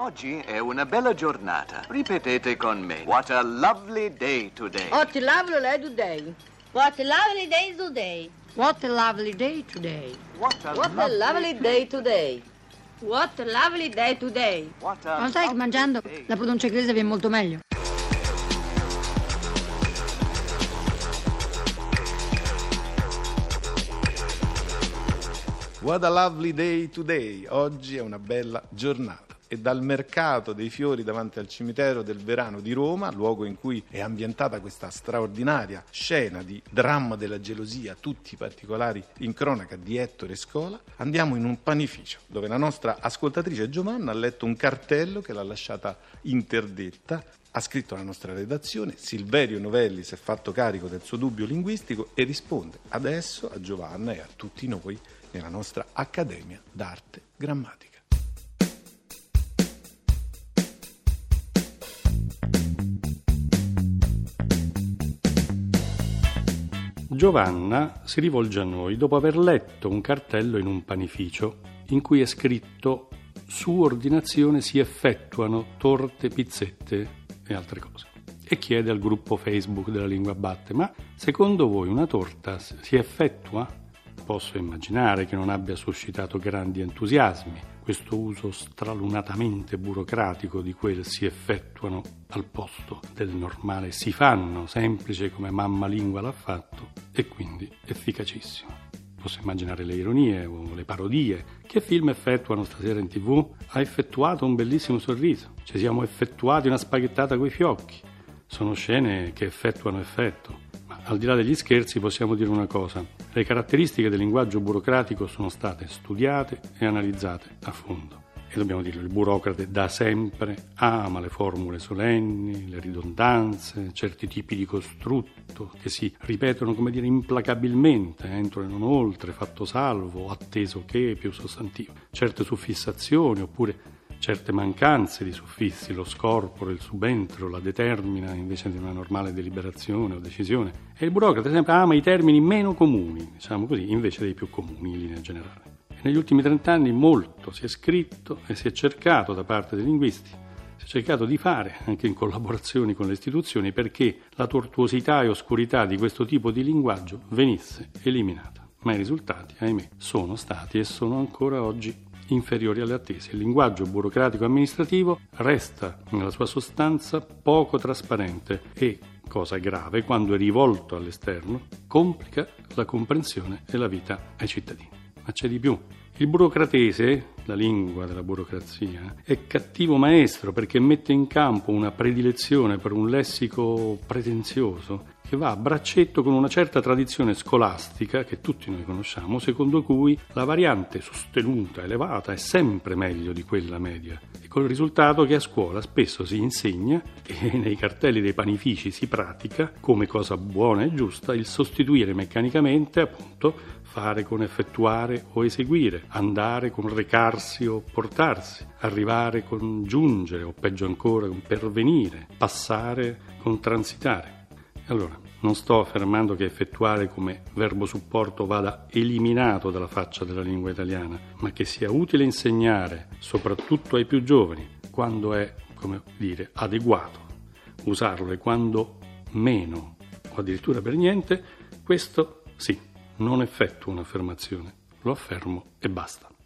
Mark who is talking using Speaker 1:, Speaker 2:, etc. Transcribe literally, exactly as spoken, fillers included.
Speaker 1: Oggi è una bella giornata. Ripetete con me. What a lovely day today.
Speaker 2: What a lovely day today.
Speaker 3: What a lovely day today.
Speaker 4: What a lovely day today.
Speaker 1: What a,
Speaker 2: What a lovely day today.
Speaker 3: What a lovely day today.
Speaker 1: What a
Speaker 4: Ma sai che mangiando
Speaker 1: day.
Speaker 4: la pronuncia inglese viene molto meglio.
Speaker 5: What a lovely day today. Oggi è una bella giornata. E dal mercato dei fiori davanti al cimitero del Verano di Roma, luogo in cui è ambientata questa straordinaria scena di dramma della gelosia, tutti i particolari in cronaca di Ettore Scola, andiamo in un panificio dove la nostra ascoltatrice Giovanna ha letto un cartello che l'ha lasciata interdetta. Ha scritto alla nostra redazione, Silverio Novelli si è fatto carico del suo dubbio linguistico e risponde adesso a Giovanna e a tutti noi nella nostra Accademia d'Arte Grammatica.
Speaker 6: Giovanna si rivolge a noi dopo aver letto un cartello in un panificio in cui è scritto su ordinazione si effettuano torte, pizzette e altre cose e chiede al gruppo Facebook della Lingua Batte: ma secondo voi una torta si effettua? Posso immaginare che non abbia suscitato grandi entusiasmi questo uso stralunatamente burocratico di quel si effettuano al posto del normale si fanno, semplice come mamma lingua l'ha fatto e quindi efficacissimo. Posso immaginare le ironie o le parodie. Che film effettuano stasera in tv? Ha effettuato un bellissimo sorriso. Ci siamo effettuati una spaghettata coi fiocchi. Sono scene che effettuano effetto. Ma al di là degli scherzi possiamo dire una cosa. Le caratteristiche del linguaggio burocratico sono state studiate e analizzate a fondo. E dobbiamo dirlo, il burocrate da sempre ama le formule solenni, le ridondanze, certi tipi di costrutto che si ripetono, come dire, implacabilmente, entro e non oltre, fatto salvo, atteso che, più sostantivo. Certe suffissazioni oppure certe mancanze di suffissi, lo scorporo, il subentro, la determina invece di una normale deliberazione o decisione. E il burocrate sempre ama i termini meno comuni, diciamo così, invece dei più comuni in linea generale. Negli ultimi trent'anni molto si è scritto e si è cercato da parte dei linguisti, si è cercato di fare anche in collaborazioni con le istituzioni perché la tortuosità e oscurità di questo tipo di linguaggio venisse eliminata. Ma i risultati, ahimè, sono stati e sono ancora oggi inferiori alle attese. Il linguaggio burocratico amministrativo resta nella sua sostanza poco trasparente e, cosa grave, quando è rivolto all'esterno, complica la comprensione e la vita ai cittadini. Ma c'è di più. Il burocratese, la lingua della burocrazia, è cattivo maestro perché mette in campo una predilezione per un lessico pretenzioso che va a braccetto con una certa tradizione scolastica che tutti noi conosciamo, secondo cui la variante sostenuta, elevata, è sempre meglio di quella media. E col risultato che a scuola spesso si insegna e nei cartelli dei panifici si pratica, come cosa buona e giusta, il sostituire meccanicamente, appunto, fare con effettuare o eseguire, andare con recarsi o portarsi, arrivare con giungere o peggio ancora con pervenire, passare con transitare. Allora, non sto affermando che effettuare come verbo supporto vada eliminato dalla faccia della lingua italiana, ma che sia utile insegnare, soprattutto ai più giovani, quando è, come dire, adeguato, usarlo e quando meno, o addirittura per niente, questo sì. Non effettuo un'affermazione, lo affermo e basta.